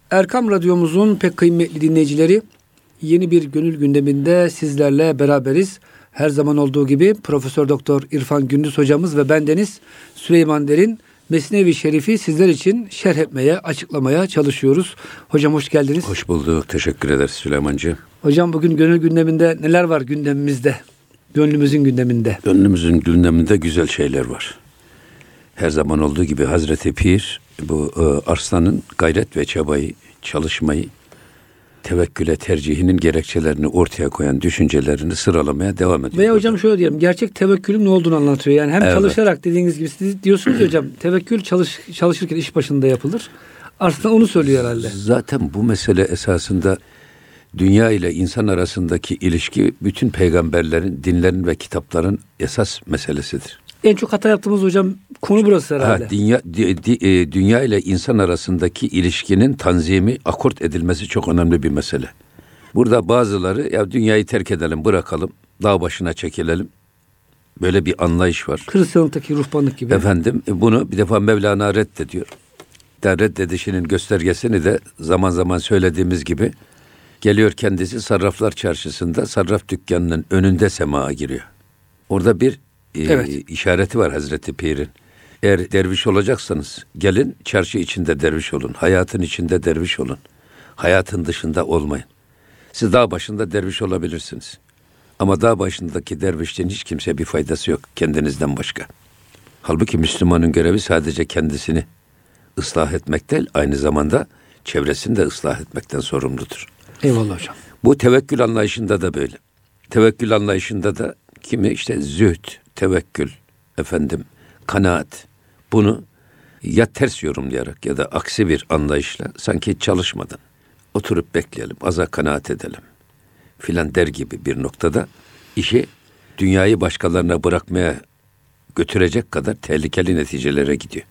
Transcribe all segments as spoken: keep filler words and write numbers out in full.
Erkam Radyomuzun pek kıymetli dinleyicileri, yeni bir gönül gündeminde sizlerle beraberiz. Her zaman olduğu gibi Profesör Doktor İrfan Gündüz hocamız ve bendeniz Süleyman Derin Mesnevi Şerif'i sizler için şerh etmeye, açıklamaya çalışıyoruz. Hocam hoş geldiniz. Hoş bulduk. Teşekkür ederiz Süleymancığım. Hocam bugün gönül gündeminde neler var gündemimizde? Gönlümüzün gündeminde. Gönlümüzün gündeminde güzel şeyler var. Her zaman olduğu gibi Hazreti Pir bu e, arslanın gayret ve çabayı, çalışmayı, tevekküle tercihinin gerekçelerini ortaya koyan düşüncelerini sıralamaya devam ediyor. Veya hocam şöyle diyelim, gerçek tevekkülün ne olduğunu anlatıyor. Yani hem evet. çalışarak dediğiniz gibi siz diyorsunuz ya hocam, tevekkül çalış, çalışırken iş başında yapılır. Arslan onu söylüyor herhalde. Zaten bu mesele esasında dünya ile insan arasındaki ilişki bütün peygamberlerin, dinlerin ve kitapların esas meselesidir. En çok hata yaptığımız hocam konu burası herhalde. Ha, dünya, di, di, e, dünya ile insan arasındaki ilişkinin tanzimi, akort edilmesi çok önemli bir mesele. Burada bazıları ya dünyayı terk edelim, bırakalım, dağ başına çekilelim. Böyle bir anlayış var. Hristiyanlıktaki ruhbanlık gibi. Efendim bunu bir defa Mevlana reddediyor. De reddedişinin göstergesini de zaman zaman söylediğimiz gibi geliyor kendisi Sarraflar Çarşısı'nda sarraf dükkanının önünde semaya giriyor. Orada bir e, evet. işareti var Hazreti Pir'in. Eğer derviş olacaksanız gelin çarşı içinde derviş olun. Hayatın içinde derviş olun. Hayatın dışında olmayın. Siz dağ başında derviş olabilirsiniz. Ama dağ başındaki dervişliğin hiç kimseye bir faydası yok kendinizden başka. Halbuki Müslümanın görevi sadece kendisini ıslah etmek değil, aynı zamanda çevresini de ıslah etmekten sorumludur. Eyvallah hocam. Bu tevekkül anlayışında da böyle. Tevekkül anlayışında da kimi işte zühd, tevekkül, efendim kanaat, bunu ya ters yorumlayarak ya da aksi bir anlayışla sanki hiç çalışmadan oturup bekleyelim, aza kanaat edelim filan der gibi bir noktada işi dünyayı başkalarına bırakmaya götürecek kadar tehlikeli neticelere gidiyor.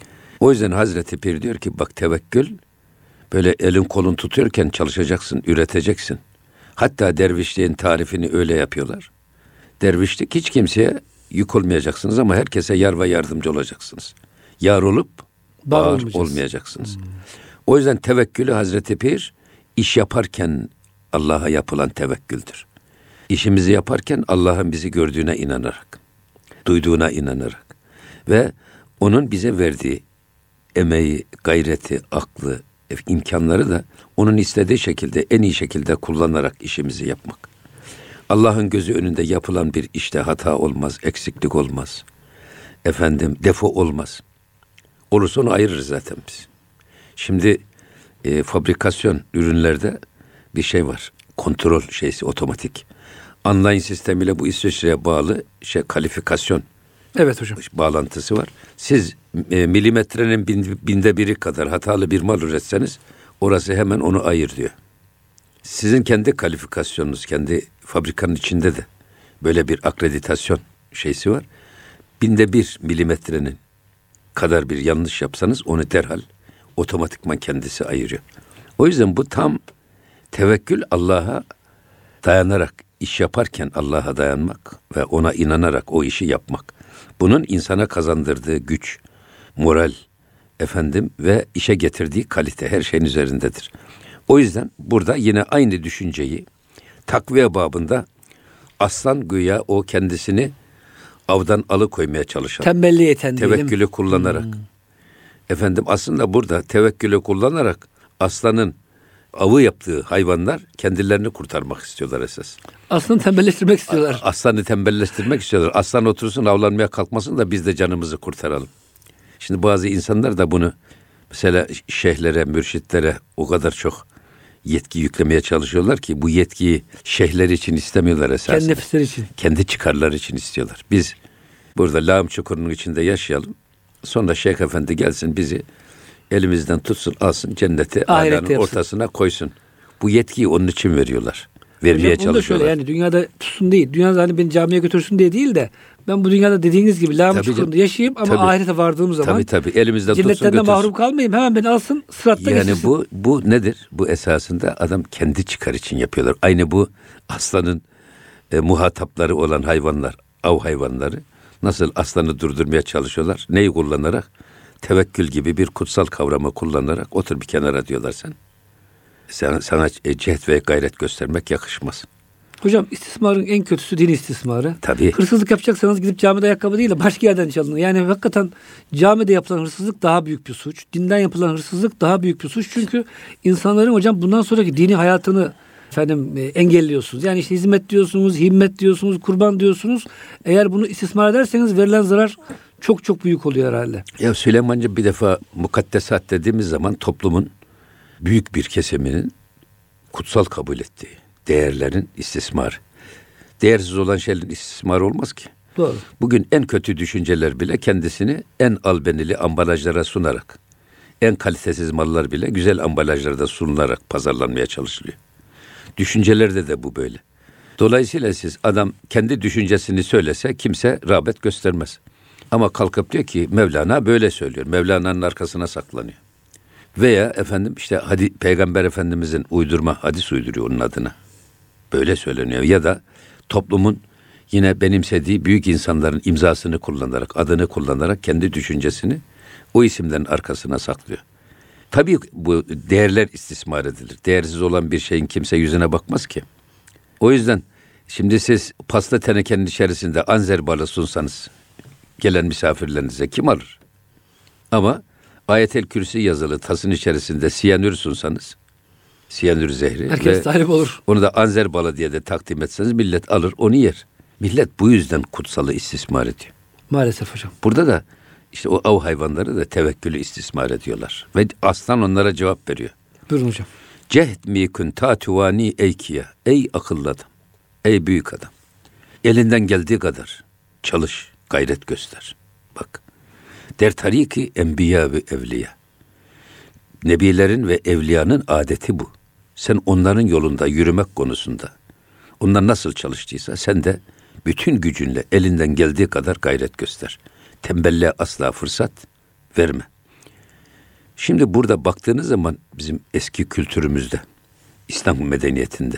O yüzden Hazreti Pir diyor ki bak tevekkül böyle elin kolun tutuyorken çalışacaksın, üreteceksin. Hatta dervişliğin tarifini öyle yapıyorlar. Dervişlik hiç kimseye yük olmayacaksınız ama herkese yar ve yardımcı olacaksınız. Yar olup bağır olmayacaksınız. Hmm. O yüzden tevekkülü Hazreti Pir iş yaparken Allah'a yapılan tevekküldür. İşimizi yaparken Allah'ın bizi gördüğüne inanarak, duyduğuna inanarak ve onun bize verdiği emeği, gayreti, aklı, imkanları da onun istediği şekilde, en iyi şekilde kullanarak işimizi yapmak. Allah'ın gözü önünde yapılan bir işte hata olmaz, eksiklik olmaz. Efendim, defo olmaz. Olursa onu ayırırız zaten biz. Şimdi e, fabrikasyon ürünlerde bir şey var. Kontrol şeysi otomatik. Online sistemiyle bu İsviçre'ye bağlı şey kalifikasyon. Evet hocam. Bağlantısı var. Siz e, milimetrenin bin, binde biri kadar hatalı bir mal üretseniz orası hemen onu ayır diyor. Sizin kendi kalifikasyonunuz, kendi fabrikanın içinde de böyle bir akreditasyon şeysi var. Binde bir milimetrenin kadar bir yanlış yapsanız onu derhal otomatikman kendisi ayırıyor. O yüzden bu tam tevekkül, Allah'a dayanarak iş yaparken Allah'a dayanmak ve ona inanarak o işi yapmak. Bunun insana kazandırdığı güç, moral, efendim ve işe getirdiği kalite her şeyin üzerindedir. O yüzden burada yine aynı düşünceyi takviye babında aslan güya o kendisini avdan alıkoymaya çalışan, tembelliği yeten tevekkülü diyelim. kullanarak. Hmm. Efendim aslında burada tevekkülü kullanarak aslanın avı yaptığı hayvanlar kendilerini kurtarmak istiyorlar esas. Aslanı tembelleştirmek istiyorlar. Aslanı tembelleştirmek istiyorlar. Aslan otursun avlanmaya kalkmasın da biz de canımızı kurtaralım. Şimdi bazı insanlar da bunu mesela şeyhlere, mürşitlere o kadar çok yetki yüklemeye çalışıyorlar ki bu yetkiyi şeyhler için istemiyorlar esasında. Kendi nefisleri için. Kendi çıkarları için istiyorlar. Biz burada lağım çukurunun içinde yaşayalım. Sonra Şeyh Efendi gelsin bizi elimizden tutsun, alsın cenneti alanın ortasına koysun. Bu yetkiyi onun için veriyorlar. Vermeye hocam, çalışıyorlar. Şöyle, yani dünyada tutsun değil. Dünyada hani beni camiye götürsün diye değil de ben bu dünyada dediğiniz gibi lağım çukurunda yaşayayım ama tabii, ahirete vardığım zaman tabii, tabii, elimizden tutsun götürsün. Cennetten mahrum kalmayayım. Hemen beni alsın sıratta yani geçirsin. bu, bu nedir? Bu esasında adam kendi çıkar için yapıyorlar. Aynı bu aslanın e, muhatapları olan hayvanlar, av hayvanları nasıl aslanı durdurmaya çalışıyorlar? Neyi kullanarak? Tevekkül gibi bir kutsal kavramı kullanarak otur bir kenara diyorlar sen. Sana, sana cehd ve gayret göstermek yakışmaz. Hocam istismarın en kötüsü din istismarı. Tabii. Hırsızlık yapacaksanız gidip camide ayakkabı değil de başka yerden çalın. Yani hakikaten camide yapılan hırsızlık daha büyük bir suç. Dinden yapılan hırsızlık daha büyük bir suç. Çünkü insanların hocam bundan sonraki dini hayatını efendim e, engelliyorsunuz. Yani işte hizmet diyorsunuz, himmet diyorsunuz, kurban diyorsunuz. Eğer bunu istismar ederseniz verilen zarar çok çok büyük oluyor herhalde. Ya Süleymancığım, bir defa mukaddesat dediğimiz zaman toplumun büyük bir kesiminin kutsal kabul ettiği değerlerin istismarı. Değersiz olan şeylerin istismarı olmaz ki. Doğru. Bugün en kötü düşünceler bile kendisini en albenili ambalajlara sunarak, en kalitesiz mallar bile güzel ambalajlarda sunularak pazarlanmaya çalışılıyor. Düşüncelerde de bu böyle. Dolayısıyla siz adam kendi düşüncesini söylese kimse rağbet göstermez. Ama kalkıp diyor ki Mevlana böyle söylüyor. Mevlana'nın arkasına saklanıyor. Veya efendim işte hadi Peygamber Efendimizin uydurma hadis uyduruyor onun adına. Böyle söyleniyor. Ya da toplumun yine benimsediği büyük insanların imzasını kullanarak, adını kullanarak kendi düşüncesini o isimlerin arkasına saklıyor. Tabii bu değerler istismar edilir. Değersiz olan bir şeyin kimse yüzüne bakmaz ki. O yüzden şimdi siz pasta tenekenin içerisinde anzer balı sunsanız gelen misafirlerinize kim alır? Ama Ayet-el Kürsi yazılı tasın içerisinde siyanür sunsanız, siyanür zehri. Herkes talip olur. Onu da anzer balı diye de takdim etseniz millet alır, onu yer. Millet bu yüzden kutsalı istismar ediyor. Maalesef hocam. Burada da işte o av hayvanları da tevekkülü istismar ediyorlar. Ve aslan onlara cevap veriyor. Buyurun hocam. Cehd mi kun tatuvani eykiya. Ey akıllı adam. Ey büyük adam. Elinden geldiği kadar çalış, gayret göster. Bak. Der tariki enbiya ve evliya. Nebilerin ve evliyanın adeti bu. Sen onların yolunda yürümek konusunda onlar nasıl çalıştıysa sen de bütün gücünle elinden geldiği kadar gayret göster. Tembelliğe asla fırsat verme. Şimdi burada baktığınız zaman bizim eski kültürümüzde, İslam medeniyetinde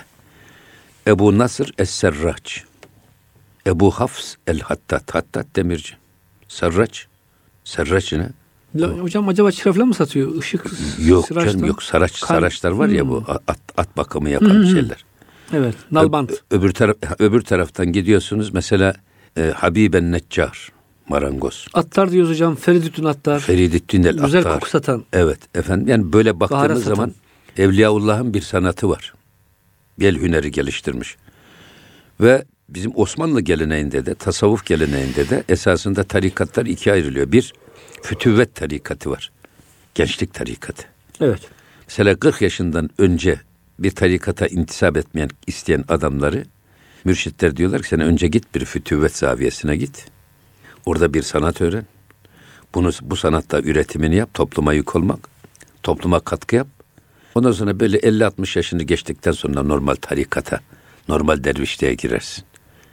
Ebu Nasr Es-Serraç, Ebu Hafs El-Hattat, Hattat demirci, Serraç, Serraç ne? La, hocam acaba çıra falan mı satıyor? Işık, yok sıraçtan. canım yok. Saraç, Kay- saraçlar var ya hmm. bu at, at bakımı yapan Hmm. şeyler. Evet. Nalbant. Ö- öbür, taraf, öbür taraftan gidiyorsunuz mesela e, Habiben Neccar, marangoz. Attar diyoruz hocam. Feridüddin Attar. Feridüddin el Güzel Attar. koku satan. Evet efendim. Yani böyle baktığınız zaman Evliyaullah'ın bir sanatı var. El hüneri geliştirmiş. Ve bizim Osmanlı geleneğinde de, tasavvuf geleneğinde de esasında tarikatlar ikiye ayrılıyor. Bir, fütüvvet tarikatı var. Gençlik tarikatı. Evet. Mesela kırk yaşından önce bir tarikata intisap etmeyen, isteyen adamları mürşitler diyorlar ki sen önce git bir fütüvvet zaviyesine git. Orada bir sanat öğren. Bunu, bu sanatta üretimini yap, topluma yük olmak. Topluma katkı yap. Ondan sonra böyle elli altmış yaşını geçtikten sonra normal tarikata, normal dervişliğe girersin.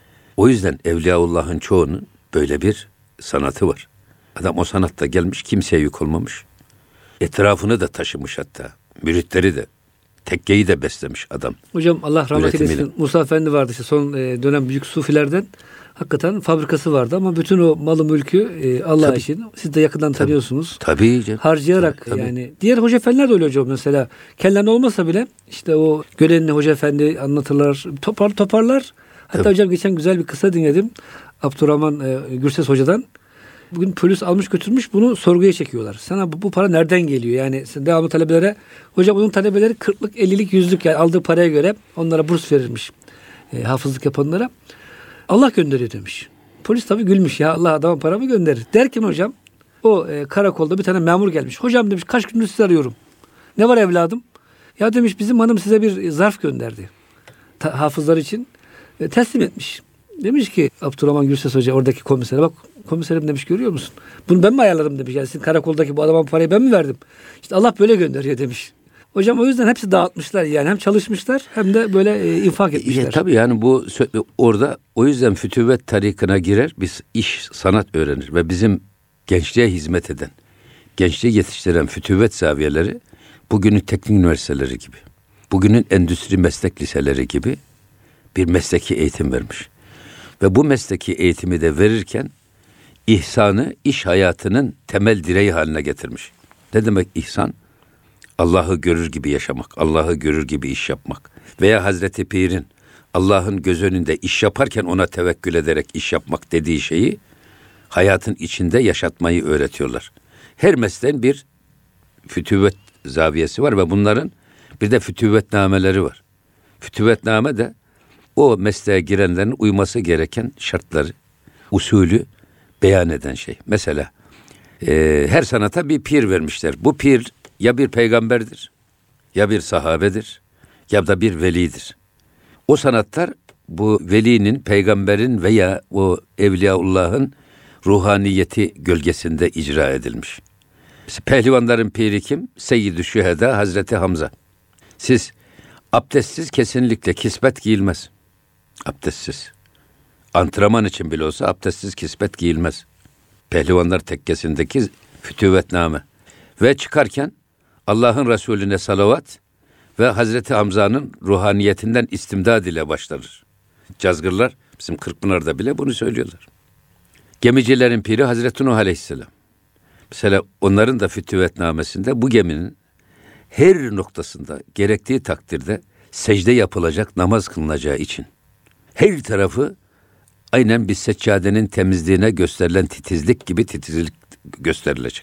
O yüzden Evliyaullah'ın çoğunun böyle bir sanatı var. Adam o sanatta gelmiş, kimseye yük olmamış. Etrafını da taşımış hatta. Müritleri de. Tekkeyi de beslemiş adam. Hocam Allah rahmet Üretimiyle. eylesin. Musa Efendi vardı işte son e, dönem büyük sufilerden. Hakikaten fabrikası vardı ama bütün o malı mülkü e, Allah Tabii. için. Siz de yakından tanıyorsunuz. Tabii canım. Harcayarak Tabii, tabii. yani. Diğer hoca efendiler de öyle hocam mesela. Kendilerine olmasa bile işte o görenini hoca efendi anlatırlar. Topar, toparlar. Hatta Tabii. hocam geçen güzel bir kısa dinledim. Abdurrahman e, Gürses hocadan. Bugün polis almış götürmüş bunu sorguya çekiyorlar. Sana bu, bu para nereden geliyor? Yani sen devamlı talebelere hocam onun talebeleri kırklık, ellilik, yüzlük yani aldığı paraya göre onlara burs verilmiş. E, hafızlık yapanlara. Allah gönderiyor demiş. Polis tabii gülmüş ya Allah adama para mı gönderir? Derken hocam o e, karakolda bir tane memur gelmiş. Hocam demiş kaç gündür sizi arıyorum. Ne var evladım? Ya demiş bizim hanım size bir zarf gönderdi. Ta, hafızlar için e, teslim etmiş. Demiş ki Abdurrahman Gürses Hoca oradaki komisere bak komiserim demiş görüyor musun? Bunu ben mi ayarladım demiş. Yani sizin karakoldaki bu adama parayı ben mi verdim? İşte Allah böyle gönderiyor demiş. Hocam o yüzden hepsi dağıtmışlar yani hem çalışmışlar hem de böyle e, infak etmişler. E, tabii yani bu orada o yüzden fütüvvet tarikına girer biz iş sanat öğrenir ve bizim gençliğe hizmet eden gençliği yetiştiren fütüvvet zaviyeleri bugünün teknik üniversiteleri gibi bugünün endüstri meslek liseleri gibi bir mesleki eğitim vermiş. Ve bu mesleki eğitimi de verirken ihsanı iş hayatının temel direği haline getirmiş. Ne demek ihsan? Allah'ı görür gibi yaşamak, Allah'ı görür gibi iş yapmak veya Hazreti Pir'in Allah'ın göz önünde iş yaparken ona tevekkül ederek iş yapmak dediği şeyi hayatın içinde yaşatmayı öğretiyorlar. Her mesleğin bir fütüvvet zaviyesi var ve bunların bir de fütüvvetnameleri var. Fütüvvetname de o mesleğe girenlerin uyması gereken şartları, usulü beyan eden şey. Mesela e, her sanata bir pir vermişler. Bu pir ya bir peygamberdir, ya bir sahabedir, ya da bir velidir. O sanatlar bu velinin, peygamberin veya o Evliyaullah'ın ruhaniyeti gölgesinde icra edilmiş. Pehlivanların piri kim? Seyyid-i Şüheda Hazreti Hamza. Siz abdestsiz kesinlikle kisbet giyilmez. Abdestsiz. Antrenman için bile olsa abdestsiz kisbet giyilmez. Pehlivanlar tekkesindeki fütüvvetname. Ve çıkarken Allah'ın Resulüne salavat ve Hazreti Hamza'nın ruhaniyetinden istimdad ile başlanır. Cazgırlar bizim Kırkpınar'da bile bunu söylüyorlar. Gemicilerin piri Hazreti Nuh Aleyhisselam. Mesela onların da fütüvvetnamesinde bu geminin her noktasında gerektiği takdirde secde yapılacak, namaz kılınacağı için her tarafı aynen bir seccadenin temizliğine gösterilen titizlik gibi titizlik gösterilecek.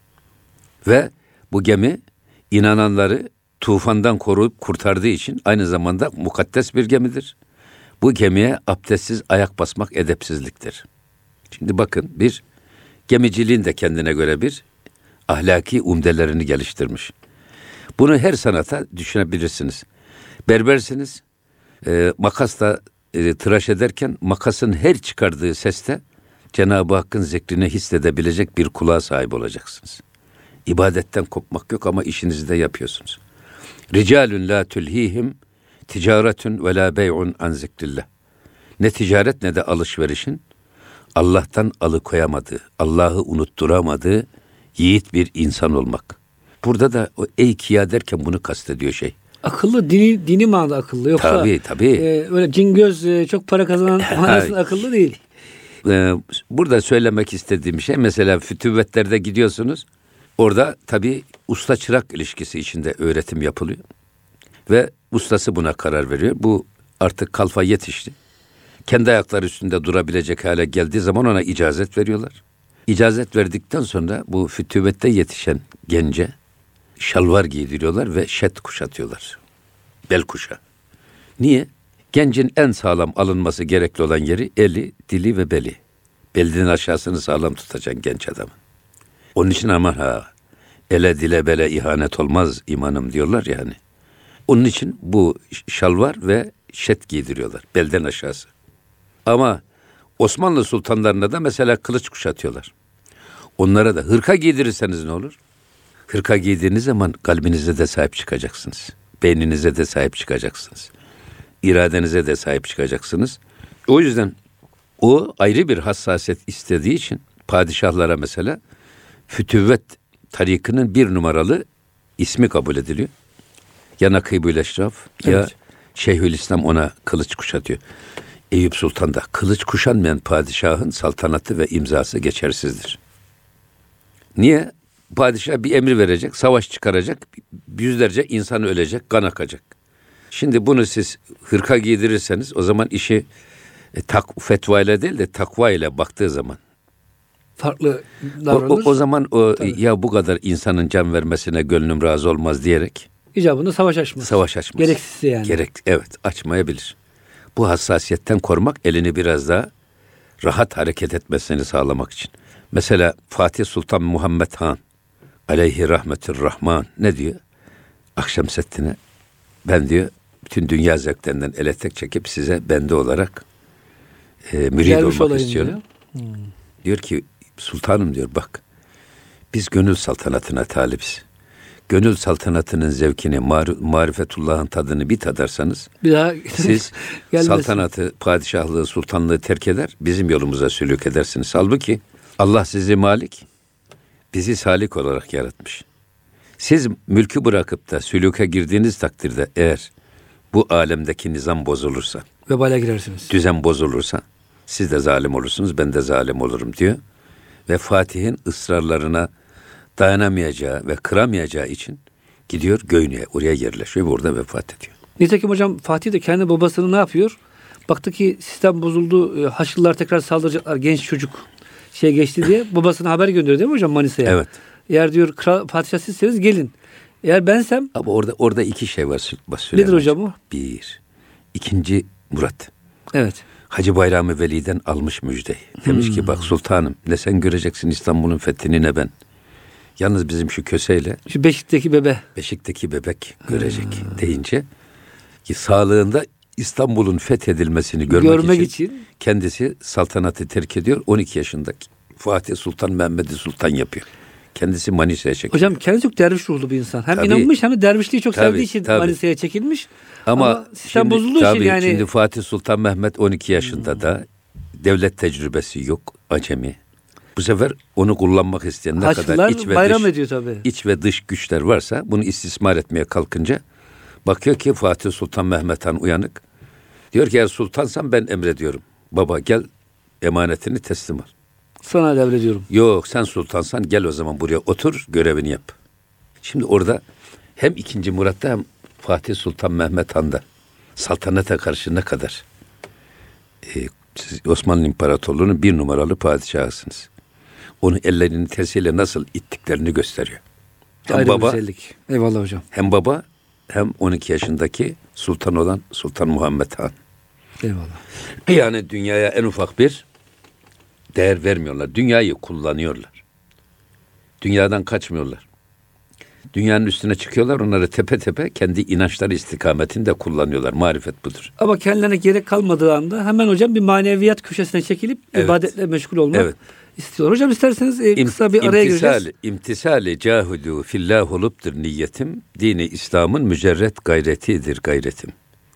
Ve bu gemi inananları tufandan koruyup kurtardığı için aynı zamanda mukaddes bir gemidir. Bu gemiye abdestsiz ayak basmak edepsizliktir. Şimdi bakın, bir gemiciliğin de kendine göre bir ahlaki umdelerini geliştirmiş. Bunu her sanata düşünebilirsiniz. Berbersiniz, e, makasla e, tıraş ederken makasın her çıkardığı seste Cenab-ı Hakk'ın zikrini hissedebilecek bir kulağa sahip olacaksınız. İbadetten kopmak yok ama işinizi de yapıyorsunuz. Ricalun la tulhihim ticaretun ve la bey'un an zikrillah. Ne ticaret ne de alışverişin Allah'tan alıkoyamadığı, Allah'ı unutturamadığı yiğit bir insan olmak. Burada da o ey kiya derken bunu kastediyor şey. Akıllı, dini, dini manada akıllı. Yoksa tabii, tabii. E, öyle cingöz, e, çok para kazanan manasında akıllı değil. Ee, burada söylemek istediğim şey, mesela fütüvvetlerde gidiyorsunuz. Orada tabii usta çırak ilişkisi içinde öğretim yapılıyor. Ve ustası buna karar veriyor. Bu artık kalfa yetişti. Kendi ayakları üstünde durabilecek hale geldiği zaman ona icazet veriyorlar. İcazet verdikten sonra bu fütüvvette yetişen gence şalvar giydiriyorlar ve şet kuşatıyorlar. Bel kuşağı. Niye? Gencin en sağlam alınması gerekli olan yeri eli, dili ve beli. Belinin aşağısını sağlam tutacaksın genç adamın. Onun için aman ha, ele dile bele ihanet olmaz imanım diyorlar yani. Onun için bu şalvar ve şet giydiriyorlar belden aşağısı. Ama Osmanlı sultanlarına da mesela kılıç kuşatıyorlar. Onlara da hırka giydirirseniz ne olur? Hırka giydiğiniz zaman kalbinize de sahip çıkacaksınız. Beyninize de sahip çıkacaksınız. İradenize de sahip çıkacaksınız. O yüzden o ayrı bir hassasiyet istediği için padişahlara mesela fütüvvet tarikının bir numaralı ismi kabul ediliyor. Ya Nakîbül Eşraf, evet, ya Şeyhülislam ona kılıç kuşatıyor. Eyüp Sultan'da kılıç kuşanmayan padişahın saltanatı ve imzası geçersizdir. Niye? Padişah bir emir verecek, savaş çıkaracak, yüzlerce insan ölecek, kan akacak. Şimdi bunu siz hırka giydirirseniz o zaman işi e, tak, fetva ile değil de takva ile baktığı zaman farklı davranır. O, o, o zaman o Tabii. Ya bu kadar insanın can vermesine gönlüm razı olmaz diyerek icabında savaş açmaz. Savaş açmaz. Gereksiz yani. Gerek, evet, açmayabilir. Bu hassasiyetten korumak, elini biraz daha rahat hareket etmesini sağlamak için. Mesela Fatih Sultan Muhammed Han aleyhi rahmetür rahman ne diyor? Akşemseddin'e ben diyor bütün dünya zevklerinden ele tek çekip size bende olarak e, mürid Gelmiş olmak istiyorum. Diyor. Hmm. Diyor ki sultanım diyor bak biz gönül saltanatına talibiz. Gönül saltanatının zevkini, mar- marifetullah'ın tadını bir tadarsanız bir daha siz saltanatı, padişahlığı, sultanlığı terk eder, bizim yolumuza sülük edersiniz. Halbuki Allah sizi malik, bizi salik olarak yaratmış. Siz mülkü bırakıp da sülüke girdiğiniz takdirde eğer bu alemdeki nizam bozulursa, vebale girersiniz. Düzen bozulursa siz de zalim olursunuz, ben de zalim olurum diyor. Ve Fatih'in ısrarlarına dayanamayacağı ve kıramayacağı için Gidiyor Göynü'ye, oraya yerleşiyor ve orada vefat ediyor. Nitekim hocam Fatih de kendi babasını ne yapıyor? Baktı ki sistem bozuldu. Haçlılar tekrar saldıracaklar. Genç çocuk şey geçti diye. Babasına haber gönderiyor değil mi hocam Manisa'ya? Evet. Eğer diyor kral padişah sizseniz gelin. Eğer bensem. Ama orada orada iki şey var. Nedir hocam o? Bir. İkinci Murat. Evet. Hacı Bayrami Veli'den almış müjdeyi. Demiş hmm. ki bak sultanım, ne sen göreceksin İstanbul'un fethini ne ben. Yalnız bizim şu köseyle. Şu Beşik'teki bebe. Beşik'teki bebek görecek hmm. deyince ki sağlığında İstanbul'un fethedilmesini görmek, görmek için, için kendisi saltanatı terk ediyor. on iki yaşındaki Fatih Sultan Mehmet'i sultan yapıyor. Kendisi Manisa'ya çekiliyor. Hocam kendisi çok derviş ruhlu bir insan. Hem tabii, inanmış hem de dervişliği çok tabii, sevdiği için tabii. Manisa'ya çekilmiş. Ama, Ama sistem şimdi, bozulduğu tabii, için yani. Şimdi Fatih Sultan Mehmet on iki yaşında hmm. da devlet tecrübesi yok, acemi. Bu sefer onu kullanmak isteyen ne Haçlılar kadar iç ve bayram dış, ediyor tabii. iç ve dış güçler varsa bunu istismar etmeye kalkınca bakıyor ki Fatih Sultan Mehmet Han uyanık. Diyor ki eğer sultansan ben emrediyorum. Baba gel emanetini teslim al. Sana devrediyorum. Yok sen sultansan gel o zaman buraya otur görevini yap. Şimdi orada hem ikinci Murat'ta hem Fatih Sultan Mehmet Han'da saltanata karşı ne kadar e, siz Osmanlı İmparatorluğu'nun bir numaralı padişahısınız. Onu ellerinin tersiyle nasıl ittiklerini gösteriyor. Hem ayrı baba, güzellik. Eyvallah hocam. Hem baba hem on iki yaşındaki sultan olan Sultan Muhammed Han. Eyvallah. Yani dünyaya en ufak bir değer vermiyorlar. Dünyayı kullanıyorlar. Dünyadan kaçmıyorlar. Dünyanın üstüne çıkıyorlar, onları tepe tepe kendi inançları istikametinde kullanıyorlar. Marifet budur. Ama kendilerine gerek kalmadığı anda hemen hocam bir maneviyat köşesine çekilip evet. ibadetle meşgul olmak evet. istiyor. Hocam isterseniz e, kısa bir araya gireceğiz. İmtisali cahudu fillah oluptur niyetim, dini İslam'ın mücerret gayretidir gayretim.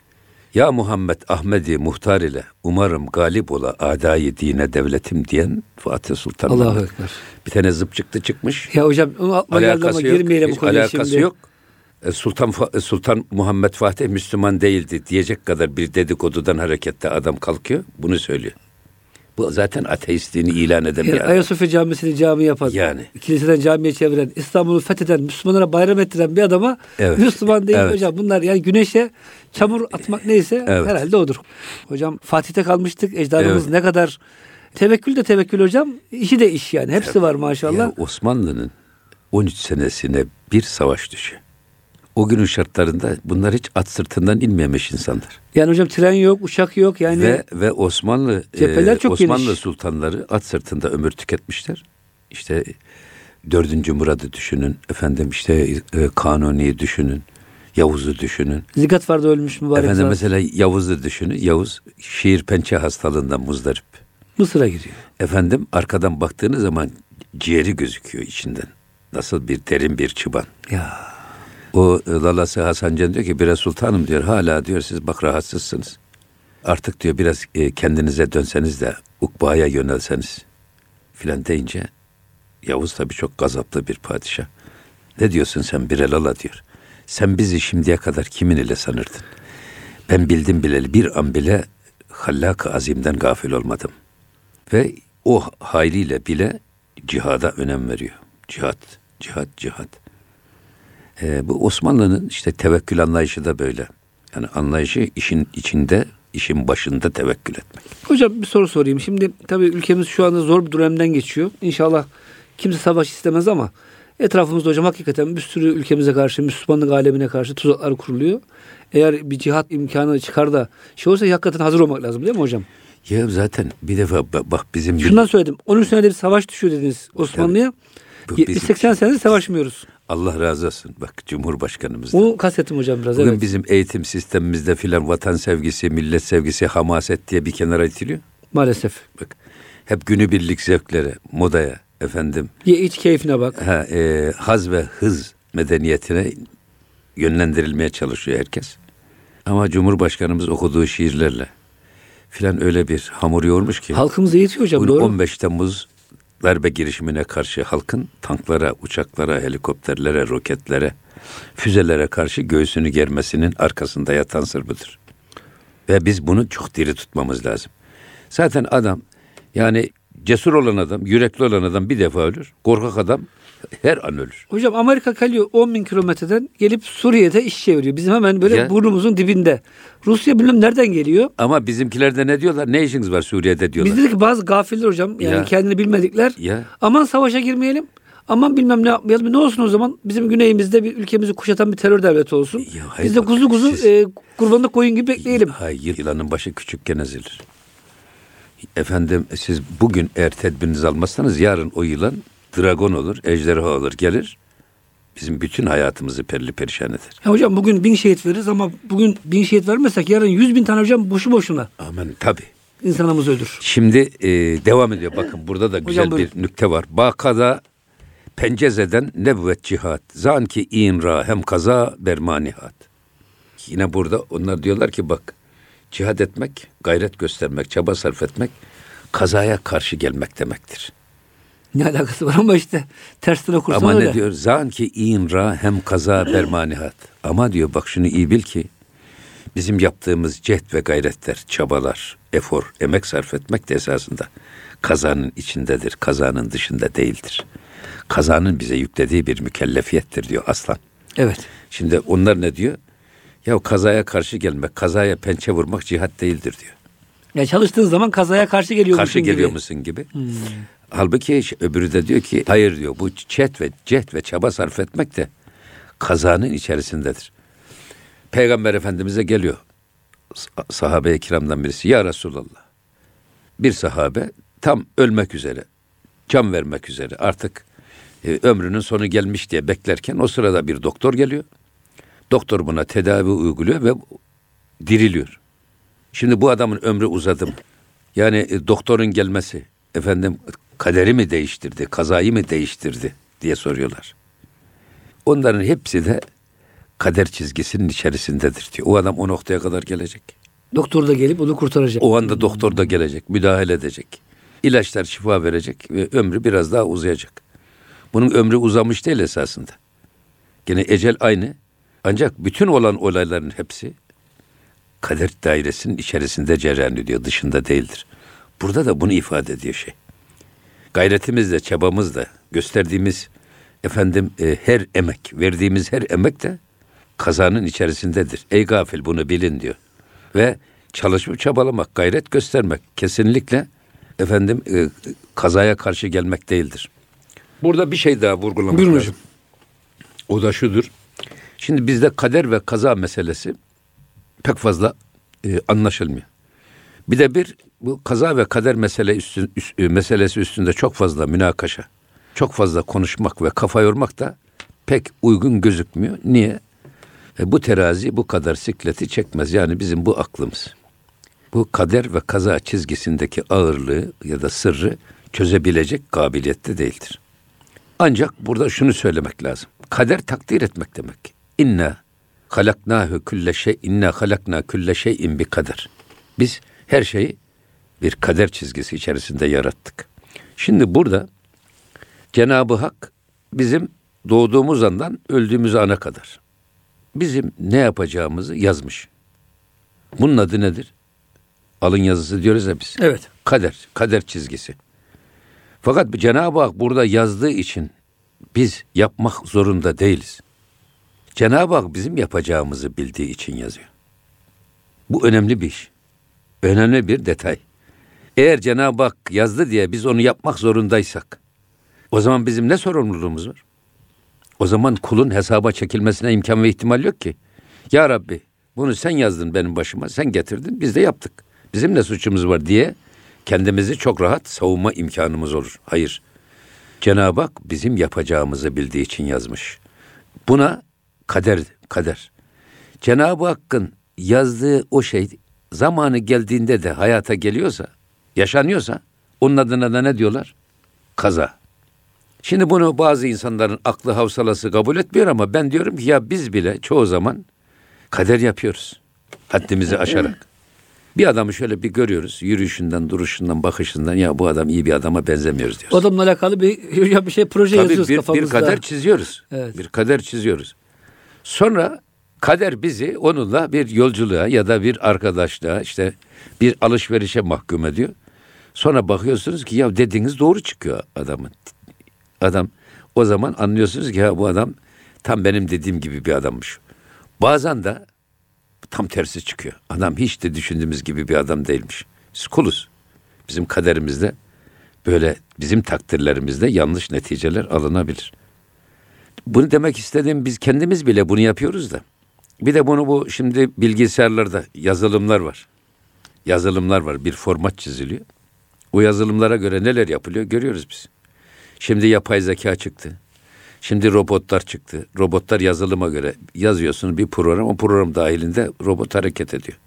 Ya Muhammed Ahmedi muhtar ile umarım galip ola adayı dine devletim diyen Fatih Sultan. Allahu Ekber. Bir tane zıp çıktı çıkmış. Ya hocam onu atma geldi ama girmeyelim bu konuya şimdi. Alakası yok. Sultan Sultan Muhammed Fatih Müslüman değildi diyecek kadar bir dedikodudan hareketle adam kalkıyor. Bunu söylüyor. Bu zaten ateistliğini ilan eden yani bir adam. Ayasofya Camisi'ni cami yapan, yani. Kiliseden camiye çeviren, İstanbul'u fetheden, Müslümanlara bayram ettiren bir adama evet. Müslüman değil evet. hocam. Bunlar yani güneşe çamur atmak neyse evet. herhalde odur. Hocam Fatih'te kalmıştık. Ecdadımız evet. ne kadar tevekkül de tevekkül hocam. İşi de iş yani. Hepsi var maşallah. Ya Osmanlı'nın on üç senesine bir savaş düşüyor. O günün şartlarında bunlar hiç at sırtından inmemiş insanlar. Yani hocam tren yok, uçak yok yani. Ve ve Osmanlı e, çok Osmanlı geniş. Sultanları at sırtında ömür tüketmişler. İşte dördüncü Murad'ı düşünün, efendim işte e, Kanuni'yi düşünün, Yavuz'u düşünün. Zigatvar'da ölmüş mübarek. Efendim zat. Mesela Yavuz'u düşünün. Yavuz şiir pençe hastalığından muzdarip. Mısır'a gidiyor. Efendim arkadan baktığınız zaman ciğeri gözüküyor içinden. Nasıl bir derin bir çıban. Ya. O lalası Hasan Can diyor ki biraz sultanım diyor hala diyor siz bak rahatsızsınız. Artık diyor biraz e, kendinize dönseniz de ukbaya yönelseniz filan deyince Yavuz tabii çok gazaplı bir padişah. Ne diyorsun sen Birelala diyor. Sen bizi şimdiye kadar kimin ile sanırdın? Ben bildim bileli bir an bile Hallak-ı Azim'den gafil olmadım. Ve o hayriyle bile cihada önem veriyor. Cihat, cihat, cihat. Ee, bu Osmanlı'nın işte tevekkül anlayışı da böyle. Yani anlayışı işin içinde, işin başında tevekkül etmek. Hocam bir soru sorayım. Şimdi tabii ülkemiz şu anda zor bir dönemden geçiyor. İnşallah kimse savaş istemez ama etrafımızda hocam hakikaten bir sürü ülkemize karşı, Müslümanlık alemine karşı tuzaklar kuruluyor. Eğer bir cihat imkanı çıkar da şey olursa hakikaten hazır olmak lazım değil mi hocam? Ya zaten bir defa bak bizim... Şundan söyledim. on üç senede bir savaş düşüyor dediniz Osmanlı'ya. yetmiş seksen senedir savaşmıyoruz. Allah razı olsun. Bak Cumhurbaşkanımız. Onu kastettim hocam biraz. Bugün evet. bizim eğitim sistemimizde filan vatan sevgisi, millet sevgisi, hamaset diye bir kenara itiliyor. Maalesef. Bak hep günübirlik zevklere, modaya efendim. Ye iç keyfine bak. Ha, e, haz ve hız medeniyetine yönlendirilmeye çalışıyor herkes. Ama Cumhurbaşkanımız okuduğu şiirlerle filan öyle bir hamur yoğurmuş ki. Halkımıza yetiyor hocam doğru. on beş Temmuz darbe girişimine karşı halkın tanklara, uçaklara, helikopterlere, roketlere, füzelere karşı göğsünü germesinin arkasında yatan sır budur. Ve biz bunu çok diri tutmamız lazım. Zaten adam yani cesur olan adam, yürekli olan adam bir defa ölür. Korkak adam Her an ölür. Hocam Amerika kalıyor on bin kilometreden gelip Suriye'de iş çeviriyor. Bizim hemen böyle ya, burnumuzun dibinde. Rusya bilmem nereden geliyor. Ama bizimkiler de ne diyorlar? Ne işiniz var Suriye'de diyorlar. Bizde ki bazı gafiller hocam. Yani ya. kendini bilmedikler. Ya. Aman savaşa girmeyelim. Aman bilmem ne yapmayalım. Ne olsun o zaman? Bizim güneyimizde bir ülkemizi kuşatan bir terör devleti olsun. Ya, hayır, Biz de kuzu kuzu siz, e, kurbanlık koyun gibi bekleyelim. Hayır. Yılanın başı küçükken ezilir. Efendim siz bugün eğer tedbirinizi almazsanız yarın o yılan dragon olur, ejderha olur, gelir. Bizim bütün hayatımızı perli perişan eder. Ya hocam bugün bin şehit veririz ama bugün bin şehit vermezsek yarın yüz bin tane hocam boşu boşuna. Aman tabii. İnsanımız ölür. Şimdi e, devam ediyor. Bakın burada da güzel hocam, bir nükte var. Bakada pencezeden nebvet cihat. Zanki inra hem kaza bermanihat. Yine burada onlar diyorlar ki bak cihad etmek, gayret göstermek, çaba sarf etmek kazaya karşı gelmek demektir. Ne alakası var ama işte tersten okursan ama öyle. Ama ne diyor? Zanki inra hem kaza bermanihat. Ama diyor bak şunu iyi bil ki bizim yaptığımız cehd ve gayretler, çabalar, efor, emek sarf etmek de esasında kazanın içindedir. Kazanın dışında değildir. Kazanın bize yüklediği bir mükellefiyettir diyor aslan. Evet. Şimdi onlar ne diyor? Ya kazaya karşı gelmek, kazaya pençe vurmak cihat değildir diyor. Ya çalıştığın zaman kazaya karşı geliyormuşsun karşı gibi. Karşı geliyor musun gibi. Hmm. Halbuki öbürü de diyor ki hayır diyor bu cehd ve cehd ve çaba sarf etmek de kazanın içerisindedir. Peygamber Efendimiz'e geliyor. Sahabe-i kiramdan birisi. Ya Resulallah. Bir sahabe tam ölmek üzere. Can vermek üzere. Artık e, ömrünün sonu gelmiş diye beklerken o sırada bir doktor geliyor. Doktor buna tedavi uyguluyor ve diriliyor. Şimdi bu adamın ömrü uzadı mı? Yani e, doktorun gelmesi efendim kaderi mi değiştirdi, kazayı mı değiştirdi diye soruyorlar. Onların hepsi de kader çizgisinin içerisindedir diyor. O adam o noktaya kadar gelecek. Doktor da gelip onu kurtaracak. O anda doktor da gelecek, müdahale edecek. İlaçlar şifa verecek ve ömrü biraz daha uzayacak. Bunun ömrü uzamış değil esasında. Gene ecel aynı. Ancak bütün olan olayların hepsi kader dairesinin içerisinde cereyan ediyor, dışında değildir. Burada da bunu ifade ediyor şey. Gayretimizle, çabamızla gösterdiğimiz efendim e, her emek, verdiğimiz her emek de kazanın içerisindedir. Ey gafil bunu bilin diyor. Ve çalışıp çabalamak, gayret göstermek kesinlikle efendim e, kazaya karşı gelmek değildir. Burada bir şey daha vurgulamak Buyurun lazım. O da şudur. Şimdi bizde kader ve kaza meselesi pek fazla e, anlaşılmıyor. Bir de bir bu kaza ve kader mesele üstün, üst, meselesi üstünde çok fazla münakaşa, çok fazla konuşmak ve kafa yormak da pek uygun gözükmüyor. Niye? E, bu terazi bu kadar sikleti çekmez. Yani bizim bu aklımız. Bu kader ve kaza çizgisindeki ağırlığı ya da sırrı çözebilecek kabiliyette değildir. Ancak burada şunu söylemek lazım. Kader takdir etmek demek. İnna halaknahu kulle şey inna halakna kulle şeyin bi kader. Biz her şeyi bir kader çizgisi içerisinde yarattık. Şimdi burada Cenab-ı Hak bizim doğduğumuz andan öldüğümüz ana kadar bizim ne yapacağımızı yazmış. Bunun adı nedir? Alın yazısı diyoruz ya biz. Evet. Kader, kader çizgisi. Fakat Cenab-ı Hak burada yazdığı için biz yapmak zorunda değiliz. Cenab-ı Hak bizim yapacağımızı bildiği için yazıyor. Bu önemli bir iş. Önemli bir detay. Eğer Cenab-ı Hak yazdı diye biz onu yapmak zorundaysak, o zaman bizim ne sorumluluğumuz var? O zaman kulun hesaba çekilmesine imkan ve ihtimal yok ki. Ya Rabbi bunu sen yazdın benim başıma, sen getirdin, biz de yaptık. Bizim ne suçumuz var diye kendimizi çok rahat savunma imkanımız olur. Hayır. Cenab-ı Hak bizim yapacağımızı bildiği için yazmış. Buna kader, kader. Cenab-ı Hakk'ın yazdığı o şey zamanı geldiğinde de hayata geliyorsa, yaşanıyorsa onun adına da ne diyorlar? Kaza. Şimdi bunu bazı insanların aklı havsalası kabul etmiyor ama ben diyorum ki ya biz bile çoğu zaman kader yapıyoruz. Haddimizi aşarak. Bir adamı şöyle bir görüyoruz. Yürüyüşünden, duruşundan, bakışından ya bu adam iyi bir adama benzemiyoruz diyoruz. O adamla alakalı bir, bir şey proje Tabii yazıyoruz bir, kafamızda. bir kader çiziyoruz. Evet. Bir kader çiziyoruz. Sonra kader bizi onunla bir yolculuğa ya da bir arkadaşlığa işte bir alışverişe mahkum ediyor. Sonra bakıyorsunuz ki ya dediğiniz doğru çıkıyor adamın. Adam O zaman anlıyorsunuz ki ya bu adam tam benim dediğim gibi bir adammış. Bazen de tam tersi çıkıyor. Adam hiç de düşündüğümüz gibi bir adam değilmiş. Biz kuluz. Bizim kaderimizde böyle, bizim takdirlerimizde yanlış neticeler alınabilir. Bunu demek istediğim, biz kendimiz bile bunu yapıyoruz da. Bir de bunu bu şimdi bilgisayarlarda yazılımlar var. Yazılımlar var. Bir format çiziliyor. O yazılımlara göre neler yapılıyor görüyoruz biz. Şimdi yapay zeka çıktı. Şimdi robotlar çıktı. Robotlar yazılıma göre yazıyorsun bir program. O program dahilinde robot hareket ediyor.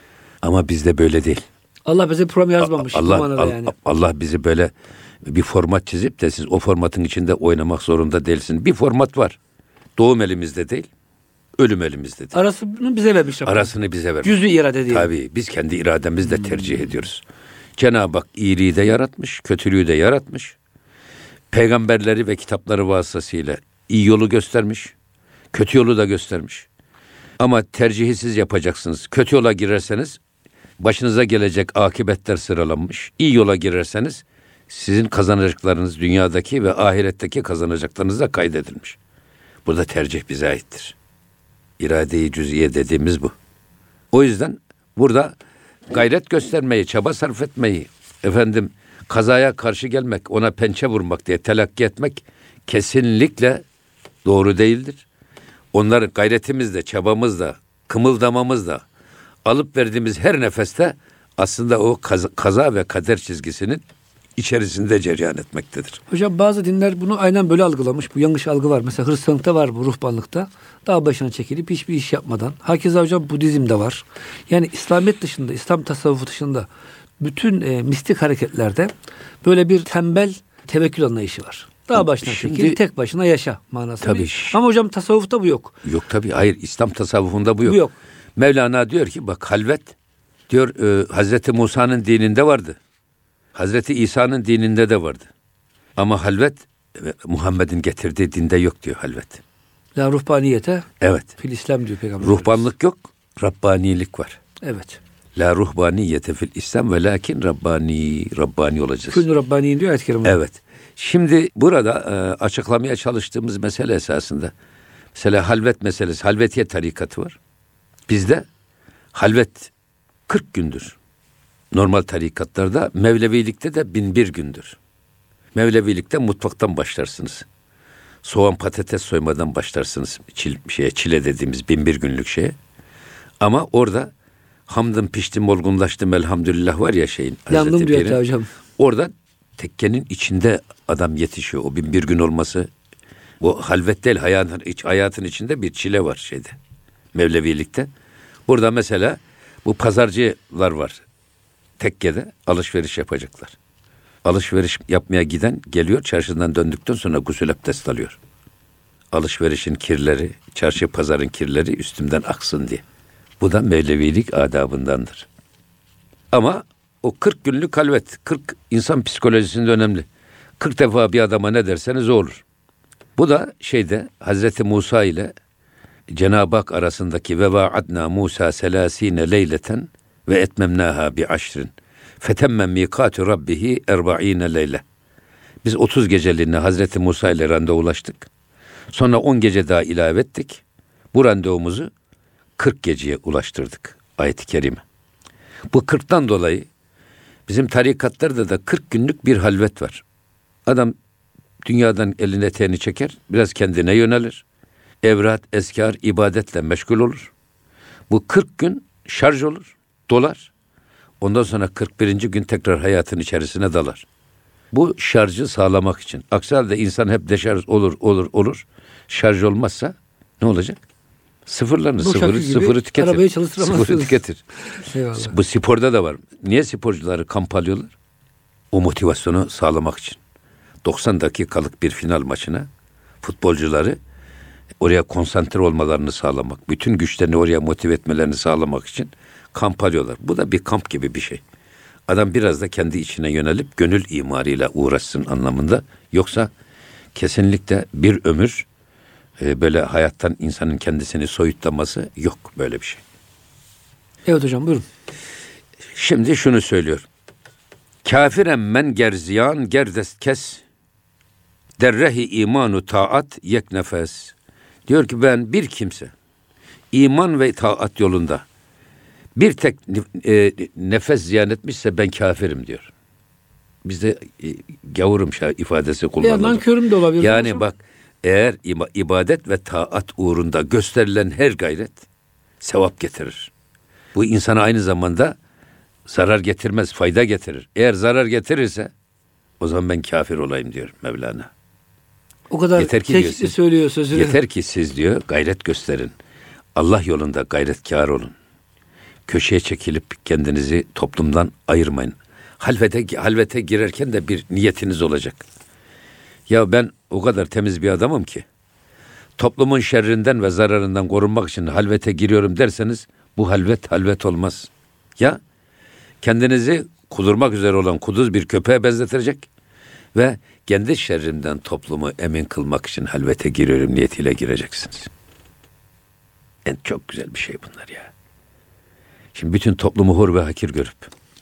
Ama bizde böyle değil. Allah bize program yazmamış. Allah, Allah, yani. Allah bizi böyle bir format çizip de siz o formatın içinde oynamak zorunda değilsin. Bir format var. Doğum elimizde değil. Ölüm elimizde değil. Arasını bize vermiş. Arasını bize vermiş. Cüz-i irade değil. Tabii biz kendi irademizle hmm. tercih ediyoruz. Cenab-ı Hak iyiliği de yaratmış, kötülüğü de yaratmış. Peygamberleri ve kitapları vasıtasıyla iyi yolu göstermiş, kötü yolu da göstermiş. Ama tercihi siz yapacaksınız. Kötü yola girerseniz başınıza gelecek akıbetler sıralanmış. İyi yola girerseniz sizin kazanacaklarınız dünyadaki ve ahiretteki kazanacaklarınız da kaydedilmiş. Burada tercih bize aittir. İrade-i cüz'iye dediğimiz bu. O yüzden burada gayret göstermeyi, çaba sarf etmeyi, efendim kazaya karşı gelmek, ona pençe vurmak diye telakki etmek kesinlikle doğru değildir. Onların gayretimizle, çabamızla, kımıldamamızla, alıp verdiğimiz her nefeste aslında o kaza, kaza ve kader çizgisinin içerisinde cereyan etmektedir. Hocam bazı dinler bunu aynen böyle algılamış. Bu yanlış algı var. Mesela Hristiyanlıkta var bu, ruhbanlıkta. Dağ başına çekilip hiçbir iş yapmadan. Hakeza hocam Budizm'de var. Yani İslamiyet dışında, İslam tasavvufu dışında bütün e, mistik hareketlerde böyle bir tembel tevekkül anlayışı var. Dağ başına Şimdi, çekil, tek başına yaşa manasında. Tabii. Ama hocam tasavvufta bu yok. Yok tabii. Hayır, İslam tasavvufunda bu yok. Bu yok. Mevlana diyor ki bak halvet diyor e, Hazreti Musa'nın dininde vardı. Hazreti İsa'nın dininde de vardı. Ama halvet e, Muhammed'in getirdiği dinde yok diyor halvet. La ruhbaniyete. Evet. Fil İslam diyor Peygamber. Ruhbanlık yok, Rabbanilik var. Evet. La ruhbaniyete fil İslam ve lakin Rabbani, Rabbani olacağız. Kün Rabbani'nin diyor ayet-i kerime. Evet. Şimdi burada e, açıklamaya çalıştığımız mesele esasında mesela halvet meselesi, halvetiye tarikatı var. Bizde halvet kırk gündür. Normal tarikatlarda, Mevlevilikte de bin bir gündür. Mevlevilikte mutfaktan başlarsınız. Soğan patates soymadan başlarsınız. Çil, şeye, çile dediğimiz bin bir günlük şeye. Ama orada hamdım piştim olgunlaştım elhamdülillah var ya şeyin. Yandım diyor ya hocam. Orada tekkenin içinde adam yetişiyor. O bin bir gün olması o halvet değil, hayatın, iç, hayatın içinde bir çile var şeyde. Mevlevilikte. Burada mesela bu pazarcılar var. Tekkede alışveriş yapacaklar. Alışveriş yapmaya giden geliyor, çarşıdan döndükten sonra gusül abdest alıyor. Alışverişin kirleri, çarşı pazarın kirleri üstümden aksın diye. Bu da Mevlevilik adabındandır. Ama o kırk günlük halvet, kırk insan psikolojisinde önemli. kırk defa bir adama ne derseniz o olur. Bu da şeyde Hazreti Musa ile Cenab-ı Hak arasındaki ve vaadna Musa selasine leyleten ve etmemnaha bi aşrin. Fetemmen mikatu rabbihi erba'ine leyle. Biz otuz geceliğine Hazreti Musa ile randevulaştık. Sonra on gece daha ilave ettik. Bu randevumuzu kırk geceye ulaştırdık. Ayet-i kerime. Bu kırktan dolayı bizim tarikatlarda da kırk günlük bir halvet var. Adam dünyadan elini eteğini çeker, biraz kendine yönelir. Evrat, eskar, ibadetle meşgul olur. Bu kırk gün şarj olur, dolar. Ondan sonra kırk birinci gün tekrar hayatın içerisine dalar. Bu şarjı sağlamak için. Aksi halde insan hep deşarj olur, olur, olur. Şarj olmazsa ne olacak? Sıfırlanır, sıfırı, sıfırı tüketir. Arabayı çalıştıramazsınız. Sıfırı tüketir. Eyvallah. Bu sporda da var. Niye sporcuları kamp alıyorlar? O motivasyonu sağlamak için. doksan dakikalık bir final maçına futbolcuları oraya konsantre olmalarını sağlamak, bütün güçlerini oraya motive etmelerini sağlamak için kamp alıyorlar. Bu da bir kamp gibi bir şey. Adam biraz da kendi içine yönelip gönül imarıyla uğraşsın anlamında. Yoksa kesinlikle bir ömür e, böyle hayattan insanın kendisini soyutlaması yok, böyle bir şey. Evet hocam, buyurun. Şimdi şunu söylüyor. Kafiren men gerziyan gerdest kes. derrehi imanu taat yek nefes. Diyor ki ben bir kimse iman ve taat yolunda bir tek e, nefes ziyan etmişse ben kafirim diyor. Bizde e, gavurum ifadesi kullanılır. Ya nankörüm de olabilir. Yani hocam. bak, eğer ibadet ve taat uğrunda gösterilen her gayret sevap getirir. Bu insana aynı zamanda zarar getirmez, fayda getirir. Eğer zarar getirirse o zaman ben kafir olayım diyor Mevlana. O kadar yeter ki tek söylüyor sözünü. Yeter ki siz diyor gayret gösterin. Allah yolunda gayretkar olun. Köşeye çekilip kendinizi toplumdan ayırmayın. Halvete, halvete girerken de bir niyetiniz olacak. Ya ben o kadar temiz bir adamım ki toplumun şerrinden ve zararından korunmak için halvete giriyorum derseniz bu halvet halvet olmaz. Ya kendinizi kudurmak üzere olan kuduz bir köpeğe benzetecek ve kendi şerrimden toplumu emin kılmak için halvete giriyorum niyetiyle gireceksiniz. En çok güzel bir şey bunlar ya. Şimdi bütün toplumu hor ve hakir görüp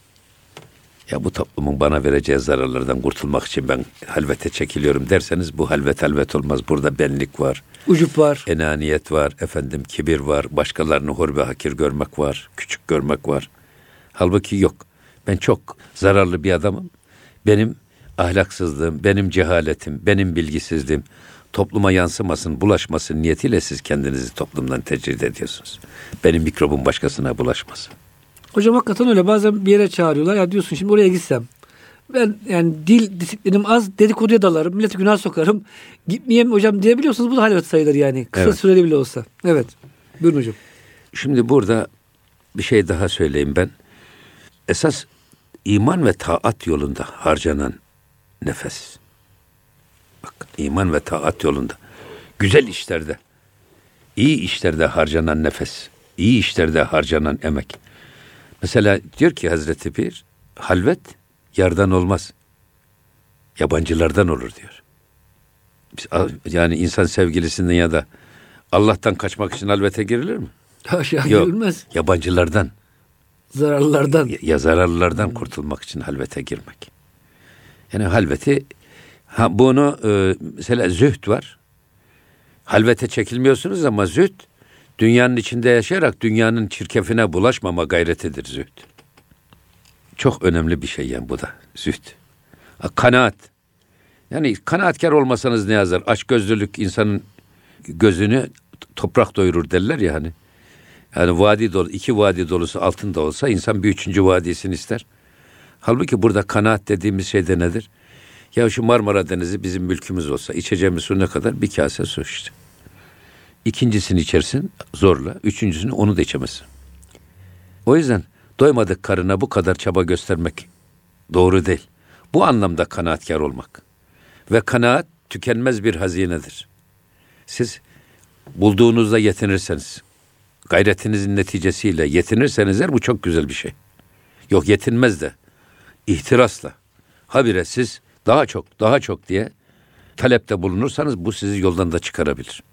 ya bu toplumun bana vereceği zararlardan kurtulmak için ben halvete çekiliyorum derseniz bu halvet halvet olmaz. Burada benlik var. Ucup var. Enaniyet var. Efendim kibir var. Başkalarını hor ve hakir görmek var. Küçük görmek var. Halbuki yok. Ben çok zararlı bir adamım. Benim ahlaksızlığım, benim cehaletim, benim bilgisizliğim topluma yansımasın, bulaşmasın niyetiyle siz kendinizi toplumdan tecrid ediyorsunuz. Benim mikrobum başkasına bulaşmasın. Hocam hakikaten öyle. Bazen bir yere çağırıyorlar. Ya diyorsun şimdi oraya gitsem. Ben yani dil disiplinim az, dedikoduya dalarım, milleti günah sokarım. Gitmeyeyim hocam diyebiliyorsunuz. Bu da halvet sayılır yani. Kısa evet. süreli bile olsa. Evet. Buyurun hocam. Şimdi burada bir şey daha söyleyeyim ben. Esas iman ve taat yolunda harcanan nefes. Bak, iman ve taat yolunda. Güzel işlerde, iyi işlerde harcanan nefes, iyi işlerde harcanan emek. Mesela diyor ki Hazreti Pir, halvet yardan olmaz. Yabancılardan olur diyor. Yani insan sevgilisinden ya da Allah'tan kaçmak için halvete girilir mi? Haşa Yok, girilmez. yabancılardan. Zararlılardan. Ya, ya zararlılardan hmm. kurtulmak için halvete girmek. Yani halveti, ha bunu e, mesela zühd var. Halvete çekilmiyorsunuz ama zühd, dünyanın içinde yaşayarak dünyanın çirkefine bulaşmama gayretidir zühd. Çok önemli bir şey yani bu da zühd. Kanaat. Yani kanaatkar olmasanız ne yazar? Açgözlülük insanın gözünü toprak doyurur derler ya hani. Yani vadi dolu, iki vadi dolusu altın da olsa insan bir üçüncü vadisini ister. Halbuki burada kanaat dediğimiz şey de nedir? Ya şu Marmara Denizi bizim mülkümüz olsa içeceğimiz su ne kadar? Bir kase su işte. İkincisini içersin zorla, üçüncüsünü onu da içemezsin. O yüzden doymadık karına bu kadar çaba göstermek doğru değil. Bu anlamda kanaatkar olmak. Ve kanaat tükenmez bir hazinedir. Siz bulduğunuzda yetinirseniz, gayretinizin neticesiyle yetinirseniz eğer bu çok güzel bir şey. Yok yetinmez de ihtirasla, habire siz daha çok, daha çok diye talepte bulunursanız bu sizi yoldan da çıkarabilir.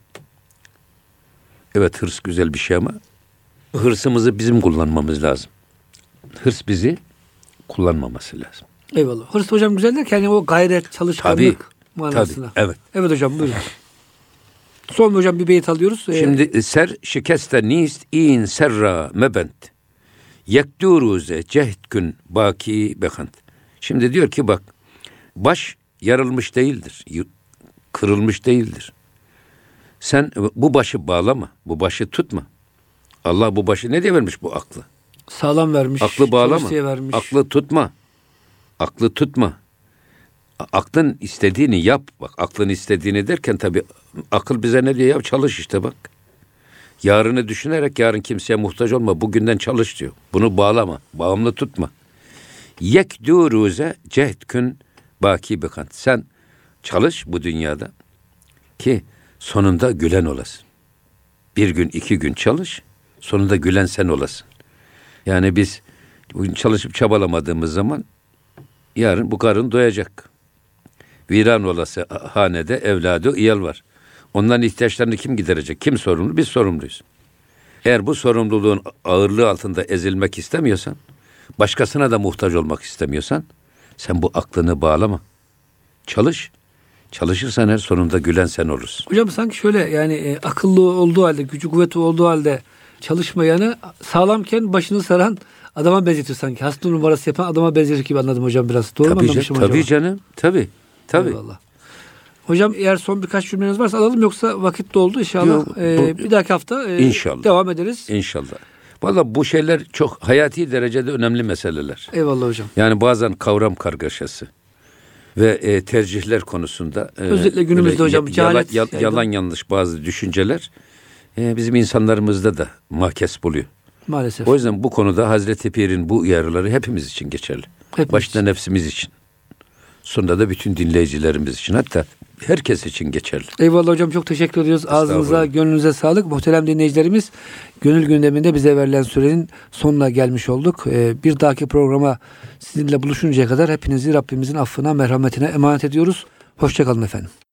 Evet, hırs güzel bir şey ama hırsımızı bizim kullanmamız lazım. Hırs bizi kullanmaması lazım. Eyvallah. Hırs hocam güzel derken yani o gayret, çalışkanlık tabii, manasına. Tabii, evet. Evet hocam buyurun. Son hocam bir beyit alıyoruz. Şimdi ee... ser şikeste nist in serra mebent yekduruze cehdkün baki bekant. Şimdi diyor ki bak, baş yarılmış değildir, kırılmış değildir. Sen bu başı bağlama, bu başı tutma. Allah bu başı ne diye vermiş bu aklı? Sağlam vermiş. Aklı bağlama, vermiş. aklı tutma. Aklı tutma. Aklın istediğini yap. Bak, aklın istediğini derken tabii akıl bize ne diyor? Ya çalış işte bak. Yarını düşünerek yarın kimseye muhtaç olma. Bugünden çalış diyor. Bunu bağlama. Bağımlı tutma. Yekduruze cehdkün baki bekant. Sen çalış bu dünyada ki sonunda gülen olasın. Bir gün, iki gün çalış. Sonunda gülen sen olasın. Yani biz bugün çalışıp çabalamadığımız zaman yarın bu karın doyacak. Viran olası hanede evladı iyal var. Onların ihtiyaçlarını kim giderecek? Kim sorumlu? Biz sorumluyuz. Eğer bu sorumluluğun ağırlığı altında ezilmek istemiyorsan, başkasına da muhtaç olmak istemiyorsan, sen bu aklını bağlama. Çalış. Çalışırsan her sonunda gülen sen olursun. Hocam sanki şöyle yani e, akıllı olduğu halde, gücü kuvveti olduğu halde çalışmayanı sağlamken başını saran adama benzetiyor sanki. Hasta numarası yapan adama benzetir gibi anladım hocam biraz. Doğru mu Tabii, anlamışım can, hocam? tabii canım. Tabii. Tabii. Eyvallah. Hocam eğer son birkaç cümleniz varsa alalım, yoksa vakit doldu inşallah. Yok, bu, ee, bir dahaki hafta e, inşallah. devam ederiz. İnşallah. Valla bu şeyler çok hayati derecede önemli meseleler. Eyvallah hocam. Yani bazen kavram kargaşası ve e, tercihler konusunda e, özellikle günümüzde hocam yalan, cehalet yalan, yani. yalan yanlış bazı düşünceler e, bizim insanlarımızda da mahkes buluyor. Maalesef. O yüzden bu konuda Hazreti Pir'in bu uyarıları hepimiz için geçerli. Hepimiz. Başta nefsimiz için. Sonra da bütün dinleyicilerimiz için, hatta herkes için geçerli. Eyvallah hocam, çok teşekkür ediyoruz. Ağzınıza, gönlünüze sağlık. Muhterem dinleyicilerimiz, Gönül Gündemi'nde bize verilen sürenin sonuna gelmiş olduk. Ee, bir dahaki programa sizinle buluşuncaya kadar hepinizi Rabbimizin affına, merhametine emanet ediyoruz. Hoşça kalın efendim.